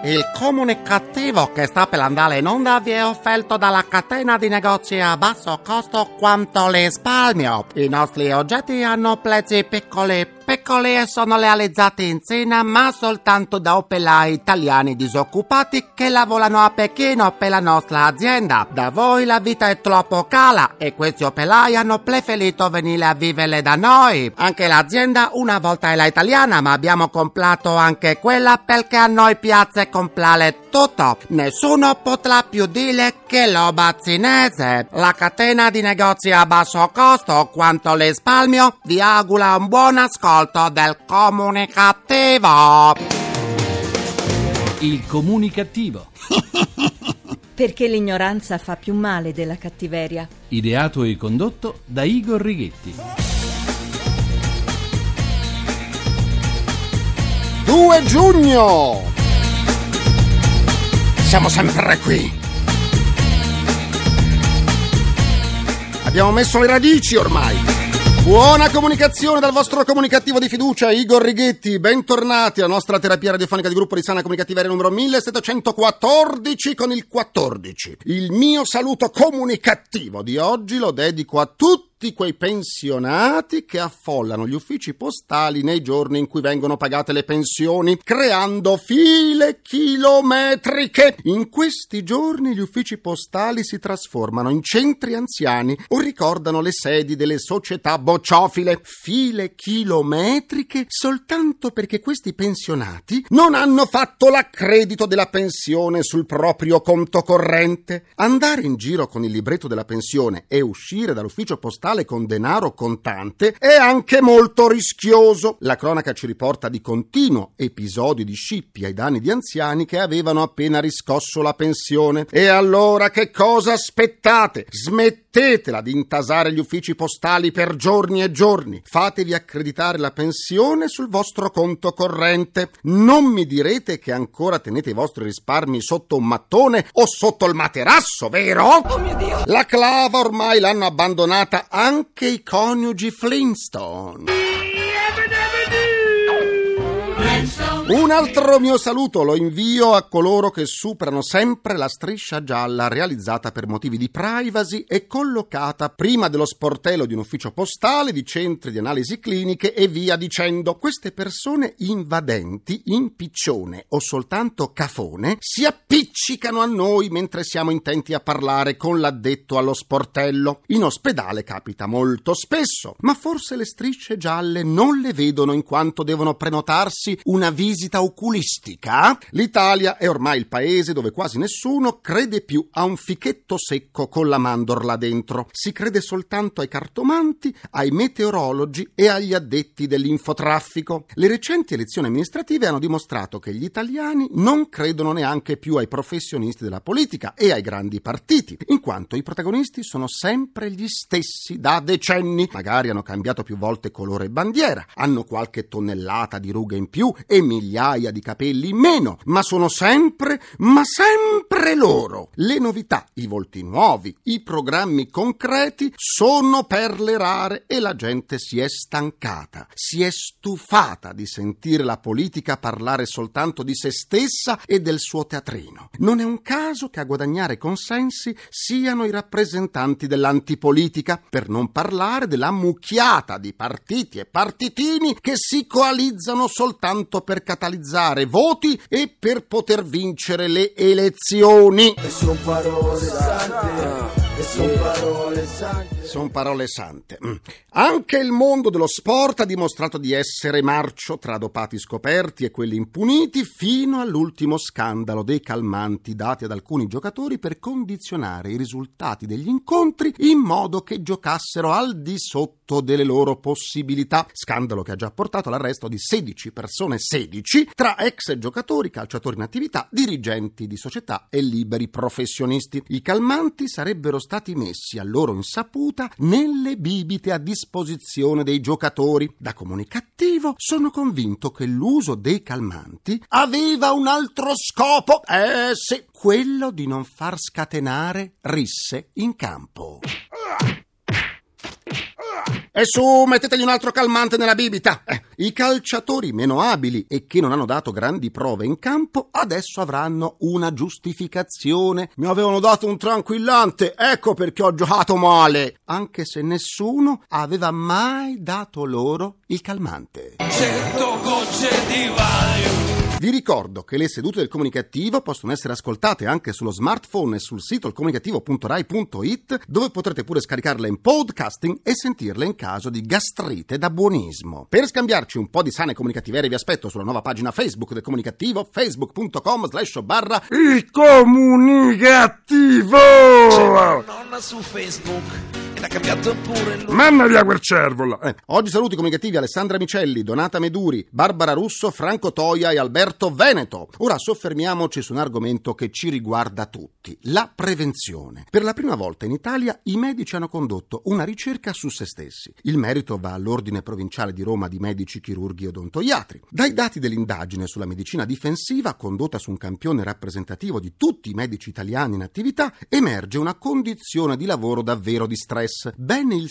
Il comunicativo che sta per andare in onda vi è offerto dalla catena di negozi a basso costo quanto risparmio. I nostri oggetti hanno prezzi piccoli e sono realizzati in Cina, ma soltanto da operai italiani disoccupati che lavorano a Pechino per la nostra azienda. Da voi la vita è troppo cara e questi operai hanno preferito venire a vivere da noi. Anche l'azienda una volta era italiana, ma abbiamo comprato anche quella perché a noi piace comprare tutto. Nessuno potrà più dire che roba cinese. La catena di negozi a basso costo quanto risparmio vi augura un buon ascolto del comunicativo. Il comunicativo. Perché l'ignoranza fa più male della cattiveria. Ideato e condotto da Igor Righetti. 2 giugno! Siamo sempre qui. Abbiamo messo le radici ormai. Buona comunicazione dal vostro comunicativo di fiducia, Igor Righetti. Bentornati alla nostra terapia radiofonica di gruppo di sana comunicativeria numero 1714 con il 14. Il mio saluto comunicativo di oggi lo dedico a tutti quei pensionati che affollano gli uffici postali nei giorni in cui vengono pagate le pensioni, creando file chilometriche. In questi giorni gli uffici postali si trasformano in centri anziani o ricordano le sedi delle società bocciofile. File chilometriche soltanto perché questi pensionati non hanno fatto l'accredito della pensione sul proprio conto corrente. Andare in giro con il libretto della pensione e uscire dall'ufficio postale con denaro contante è anche molto rischioso. La cronaca ci riporta di continuo episodi di scippi ai danni di anziani che avevano appena riscosso la pensione. E allora che cosa aspettate? Smettetela di intasare gli uffici postali per giorni e giorni. Fatevi accreditare la pensione sul vostro conto corrente. Non mi direte che ancora tenete i vostri risparmi sotto un mattone o sotto il materasso, vero? Oh mio Dio! La clava ormai l'hanno abbandonata anche i coniugi Flintstone. Un altro mio saluto lo invio a coloro che superano sempre la striscia gialla realizzata per motivi di privacy e collocata prima dello sportello di un ufficio postale, di centri di analisi cliniche e via dicendo. Queste persone invadenti, in piccione o soltanto cafone, si appiccicano a noi mentre siamo intenti a parlare con l'addetto allo sportello. In ospedale capita molto spesso, ma forse le strisce gialle non le vedono in quanto devono prenotarsi una visita oculistica? L'Italia è ormai il paese dove quasi nessuno crede più a un fichetto secco con la mandorla dentro. Si crede soltanto ai cartomanti, ai meteorologi e agli addetti dell'infotraffico. Le recenti elezioni amministrative hanno dimostrato che gli italiani non credono neanche più ai professionisti della politica e ai grandi partiti, in quanto i protagonisti sono sempre gli stessi da decenni. Magari hanno cambiato più volte colore e bandiera, hanno qualche tonnellata di rughe in più e migliaia di capelli in meno, ma sono sempre loro. Le novità, i volti nuovi, i programmi concreti sono perle rare e la gente si è stancata, si è stufata di sentire la politica parlare soltanto di se stessa e del suo teatrino. Non è un caso che a guadagnare consensi siano i rappresentanti dell'antipolitica, per non parlare della mucchiata di partiti e partitini che si coalizzano soltanto per catalizzare voti e per poter vincere le elezioni. E son parole sante. Sono parole sante. Anche il mondo dello sport ha dimostrato di essere marcio tra dopati scoperti e quelli impuniti, fino all'ultimo scandalo dei calmanti dati ad alcuni giocatori per condizionare i risultati degli incontri in modo che giocassero al di sotto delle loro possibilità. Scandalo che ha già portato all'arresto di 16 persone, 16, tra ex giocatori, calciatori in attività, dirigenti di società e liberi professionisti. I calmanti sarebbero stati messi a loro insaputa nelle bibite a disposizione dei giocatori. Da comunicativo sono convinto che l'uso dei calmanti aveva un altro scopo. Sì, quello di non far scatenare risse in campo. E su, mettetegli un altro calmante nella bibita. I calciatori meno abili e che non hanno dato grandi prove in campo adesso avranno una giustificazione. Mi avevano dato un tranquillante, ecco perché ho giocato male. Anche se nessuno aveva mai dato loro il calmante. 100 gocce di Valium. Vi ricordo che le sedute del Comunicativo possono essere ascoltate anche sullo smartphone e sul sito ilcomunicativo.rai.it, dove potrete pure scaricarle in podcasting e sentirle in caso di gastrite da buonismo. Per scambiarci un po' di sane comunicativerie vi aspetto sulla nuova pagina Facebook del Comunicativo, facebook.com/il Comunicativo. C'è una nonna su Facebook e l'ha cambiato pure il nome. Manna via quel cervo. Oggi saluti comunicativi Alessandra Micelli, Donata Meduri, Barbara Russo, Franco Toia e Alberto Veneto. Ora soffermiamoci su un argomento che ci riguarda tutti, la prevenzione. Per la prima volta in Italia i medici hanno condotto una ricerca su se stessi. Il merito va all'Ordine Provinciale di Roma di Medici, Chirurghi e Odontoiatri. Dai dati dell'indagine sulla medicina difensiva, condotta su un campione rappresentativo di tutti i medici italiani in attività, emerge una condizione di lavoro davvero di stress. Ben il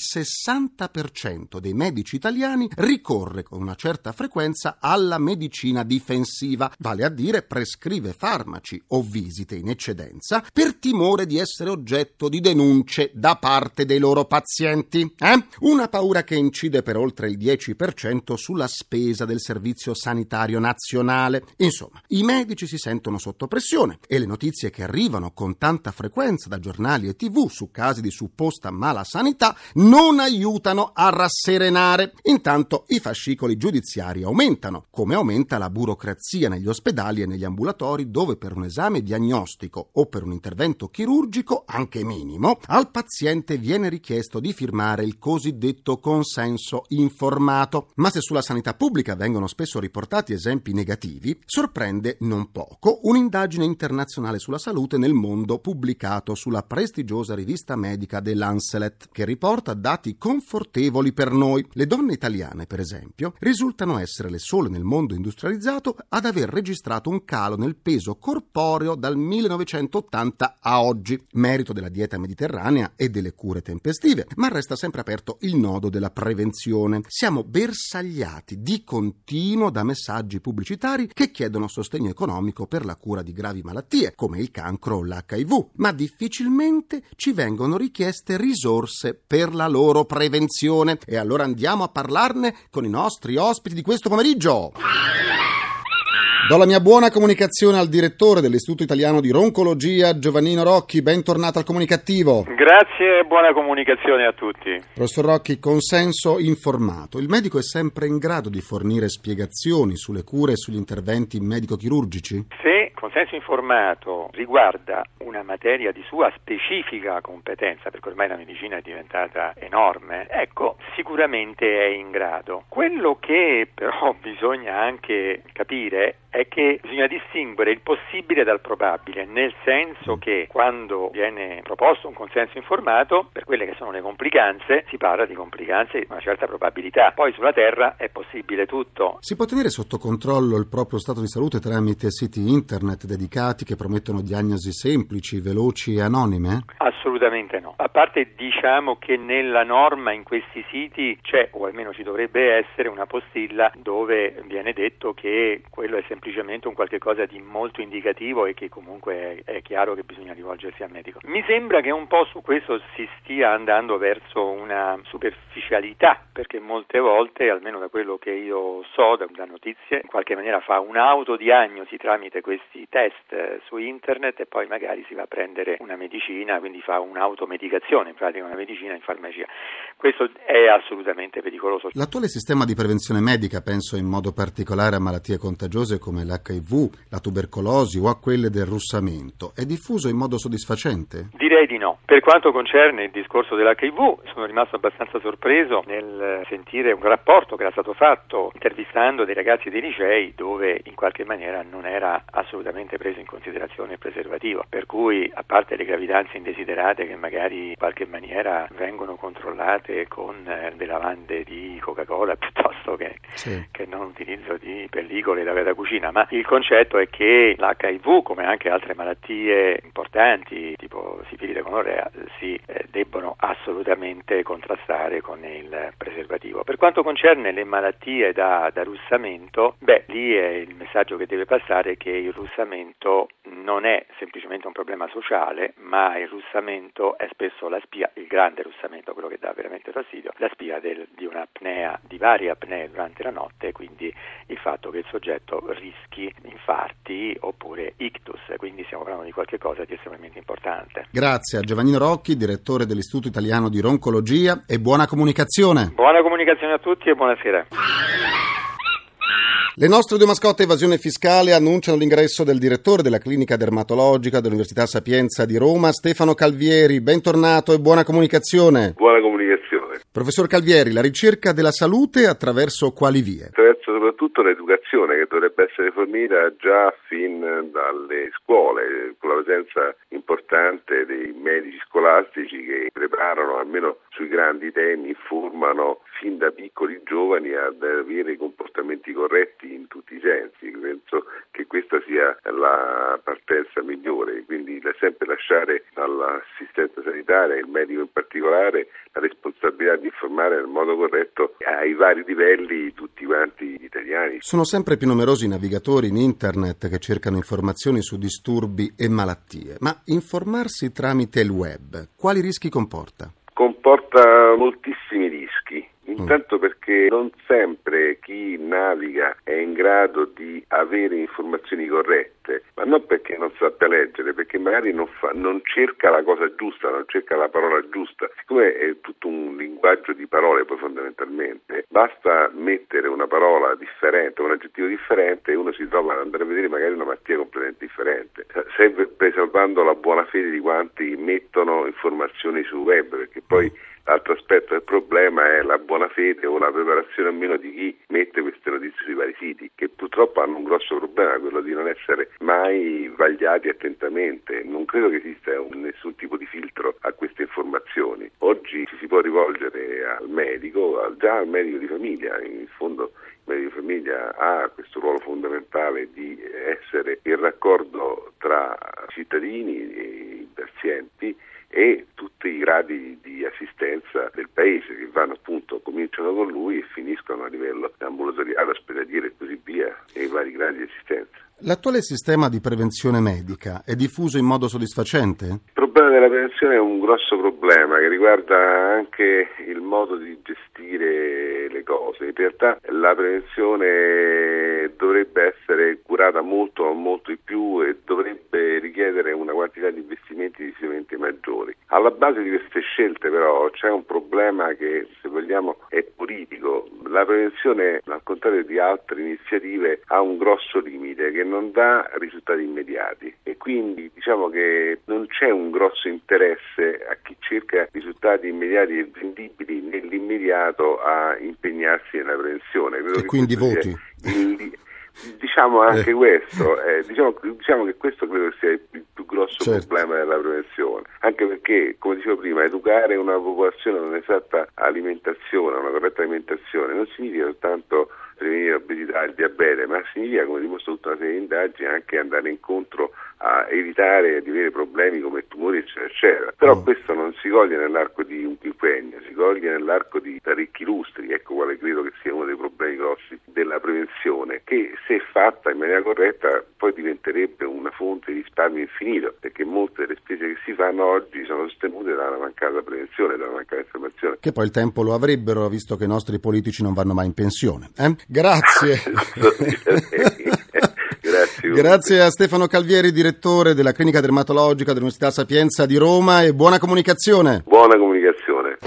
60% dei medici italiani ricorre con una certa frequenza alla medicina difensiva, vale a dire prescrive farmaci o visite in eccedenza per timore di essere oggetto di denunce da parte dei loro pazienti. Una paura che incide per oltre il 10% sulla spesa del Servizio Sanitario Nazionale. Insomma, i medici si sentono sotto pressione e le notizie che arrivano con tanta frequenza da giornali e TV su casi di supposta mala sanità non aiutano a rasserenare. Intanto i fascicoli giudiziari aumentano, come aumenta la burocrazia negli ospedali e negli ambulatori, dove per un esame diagnostico o per un intervento chirurgico, anche minimo, al paziente viene richiesto di firmare il cosiddetto consenso informato. Ma se sulla sanità pubblica vengono spesso riportati esempi negativi, sorprende non poco un'indagine internazionale sulla salute nel mondo pubblicato sulla prestigiosa rivista medica dell'Anselet, che riporta dati confortevoli per noi. Le donne italiane, per esempio, risultano essere le sole nel mondo industrializzato ad aver registrato un calo nel peso corporeo dal 1980 a oggi, merito della dieta mediterranea e delle cure tempestive, ma resta sempre aperto il nodo della prevenzione. Siamo bersagliati di continuo da messaggi pubblicitari che chiedono sostegno economico per la cura di gravi malattie, come il cancro o l'HIV, ma difficilmente ci vengono richieste risorse per la loro prevenzione. E allora andiamo a parlarne con i nostri ospiti di questo pomeriggio. Do la mia buona comunicazione al direttore dell'Istituto Italiano di Roncologia, Giovannino Rocchi. Bentornato al Comunicativo. Grazie e buona comunicazione a tutti. Professor Rocchi, consenso informato. Il medico è sempre in grado di fornire spiegazioni sulle cure e sugli interventi medico-chirurgici? Se consenso informato riguarda una materia di sua specifica competenza, perché ormai la medicina è diventata enorme, ecco, sicuramente è in grado. Quello che però bisogna anche capire è che bisogna distinguere il possibile dal probabile, nel senso che quando viene proposto un consenso informato, per quelle che sono le complicanze, si parla di complicanze di una certa probabilità. Poi sulla Terra è possibile tutto. Si può tenere sotto controllo il proprio stato di salute tramite siti internet dedicati che promettono diagnosi semplici, veloci e anonime? Assolutamente no. A parte diciamo che nella norma in questi siti c'è, o almeno ci dovrebbe essere, una postilla dove viene detto che quello è semplicemente un qualche cosa di molto indicativo e che comunque è chiaro che bisogna rivolgersi al medico. Mi sembra che un po' su questo si stia andando verso una superficialità, perché molte volte, almeno da quello che io so da notizie, in qualche maniera fa un'autodiagnosi tramite questi test su internet e poi magari si va a prendere una medicina, quindi fa un'automedicazione, in pratica una medicina in farmacia. Questo è assolutamente pericoloso. L'attuale sistema di prevenzione medica, penso in modo particolare a malattie contagiose come l'HIV, la tubercolosi o a quelle del russamento, è diffuso in modo soddisfacente? Direi di no. Per quanto concerne il discorso dell'HIV, sono rimasto abbastanza sorpreso nel sentire un rapporto che era stato fatto intervistando dei ragazzi dei licei dove in qualche maniera non era assolutamente preso in considerazione il preservativo, per cui a parte le gravidanze indesiderate testate che magari in qualche maniera vengono controllate con le lavande di Coca-Cola piuttosto che non utilizzo di pellicole da cucina, ma il concetto è che l'HIV, come anche altre malattie importanti tipo sifilide, gonorrea, si debbono assolutamente contrastare con il preservativo. Per quanto concerne le malattie da russamento, lì è il messaggio che deve passare che il russamento non è semplicemente un problema sociale, ma il russamento è spesso la spia, il grande russamento, quello che dà veramente fastidio, la spia di un'apnea, di varie apnee durante la notte, quindi il fatto che il soggetto rischi infarti oppure ictus, quindi stiamo parlando di qualche cosa di estremamente importante. Grazie a Giovannino Rocchi, direttore dell'Istituto Italiano di Roncologia, e buona comunicazione. Buona comunicazione a tutti e buonasera. Le nostre due mascotte evasione fiscale annunciano l'ingresso del direttore della clinica dermatologica dell'Università Sapienza di Roma, Stefano Calvieri. Bentornato e buona comunicazione. Buona comunicazione. Professor Calvieri, la ricerca della salute attraverso quali vie? Attraverso soprattutto l'educazione, che dovrebbe essere fornita già fin dalle scuole, con la presenza importante dei medici scolastici che preparano, almeno sui grandi temi, formano fin da piccoli giovani ad avere i comportamenti corretti in tutti i sensi. Penso che questa sia la partenza migliore, quindi sempre lasciare all'assistenza sanitaria, il medico in particolare, la responsabilità di informare nel modo corretto ai vari livelli tutti quanti gli italiani. Sono sempre più numerosi i navigatori in internet che cercano informazioni su disturbi e malattie, ma informarsi tramite il web quali rischi comporta? Comporta moltissimi rischi. Intanto perché non sempre chi naviga è in grado di avere informazioni corrette, ma non perché non sappia leggere, perché magari non cerca la cosa giusta, non cerca la parola giusta. Siccome è tutto un linguaggio di parole, poi fondamentalmente, basta mettere una parola differente, un aggettivo differente e uno si trova ad andare a vedere magari una malattia completamente differente. Serve preservando la buona fede di quanti mettono informazioni sul web, perché poi l'altro aspetto del problema è la buona fede o la preparazione almeno di chi mette queste notizie sui vari siti, che purtroppo hanno un grosso problema, quello di non essere mai vagliati attentamente. Non credo che esista nessun tipo di filtro a queste informazioni. Oggi ci si può rivolgere al medico, già al medico di famiglia. In fondo il medico di famiglia ha questo ruolo fondamentale di essere il raccordo tra i cittadini e i pazienti e tutti i gradi di assistenza del paese, che vanno appunto, cominciano con lui e finiscono a livello ambulatoriale, ospedaliero e così via, e i vari gradi di assistenza. L'attuale sistema di prevenzione medica è diffuso in modo soddisfacente? Il problema della prevenzione è un grosso problema che riguarda anche il modo di gestire le cose. In realtà la prevenzione dovrebbe essere curata molto di più e dovrebbe richiedere una quantità di investimenti decisamente maggiori. Alla base di queste scelte però c'è un problema che, se vogliamo, è politico. La prevenzione, al contrario di altre iniziative, ha un grosso limite che non dà risultati immediati e quindi diciamo che non c'è un grosso interesse a chi cerca risultati immediati e vendibili nell'immediato a impegnarsi nella prevenzione. Credo e che quindi voti? Diciamo anche questo, diciamo che questo credo sia il più grosso problema della prevenzione, anche perché, come dicevo prima, educare una popolazione a un'esatta alimentazione, a una corretta alimentazione, non significa soltanto prevenire l'obesità e il diabete, ma significa, come dimostra tutta una serie di indagini, anche andare incontro a evitare di avere problemi come tumori eccetera eccetera. Però questo non si coglie nell'arco di un quinquennio, si coglie nell'arco di parecchi lustri. Ecco quale credo che sia uno dei problemi grossi della prevenzione, che se fatta in maniera corretta poi diventerebbe una fonte di risparmio infinito, perché molte delle spese che si fanno oggi sono sostenute dalla mancata prevenzione, dalla mancata informazione. Che poi il tempo lo avrebbero, visto che i nostri politici non vanno mai in pensione. Grazie. Grazie a Stefano Calvieri, direttore della clinica dermatologica dell'Università Sapienza di Roma, e buona comunicazione. Buona comunicazione.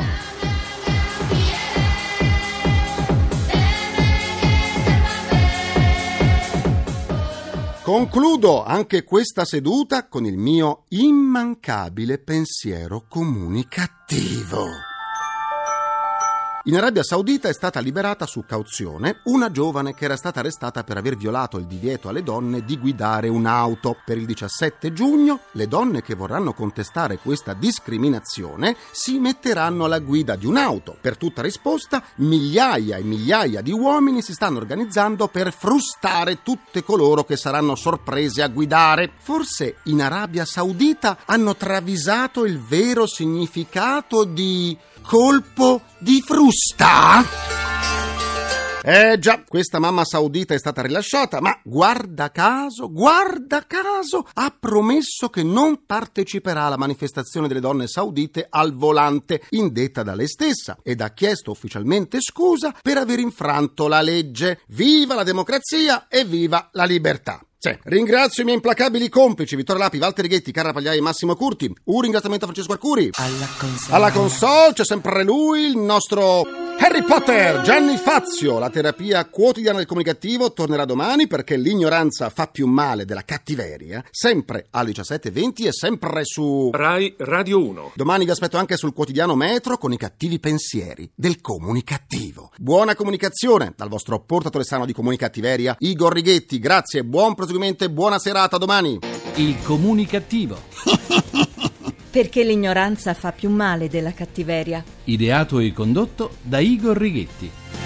Concludo anche questa seduta con il mio immancabile pensiero comunicativo. In Arabia Saudita è stata liberata su cauzione una giovane che era stata arrestata per aver violato il divieto alle donne di guidare un'auto. Per il 17 giugno le donne che vorranno contestare questa discriminazione si metteranno alla guida di un'auto. Per tutta risposta, migliaia e migliaia di uomini si stanno organizzando per frustare tutte coloro che saranno sorprese a guidare. Forse in Arabia Saudita hanno travisato il vero significato di colpo di frusta? Già, questa mamma saudita è stata rilasciata, ma guarda caso, ha promesso che non parteciperà alla manifestazione delle donne saudite al volante, indetta da lei stessa, ed ha chiesto ufficialmente scusa per aver infranto la legge. Viva la democrazia e viva la libertà! Sì. Ringrazio i miei implacabili complici Vittorio Lapi, Walter Righetti, Carla Pagliai e Massimo Curti. Un ringraziamento a Francesco Arcuri. Alla console c'è sempre lui, il nostro Harry Potter, Gianni Fazio. La terapia quotidiana del comunicativo tornerà domani, perché l'ignoranza fa più male della cattiveria, sempre alle 17:20 e sempre su Rai Radio 1. Domani vi aspetto anche sul quotidiano Metro con i cattivi pensieri del comunicativo. Buona comunicazione dal vostro portatore sano di comunicattiveria, Igor Righetti. Grazie, buon proseguimento e buona serata, a domani. Il comunicativo. Perché l'ignoranza fa più male della cattiveria. Ideato e condotto da Igor Righetti.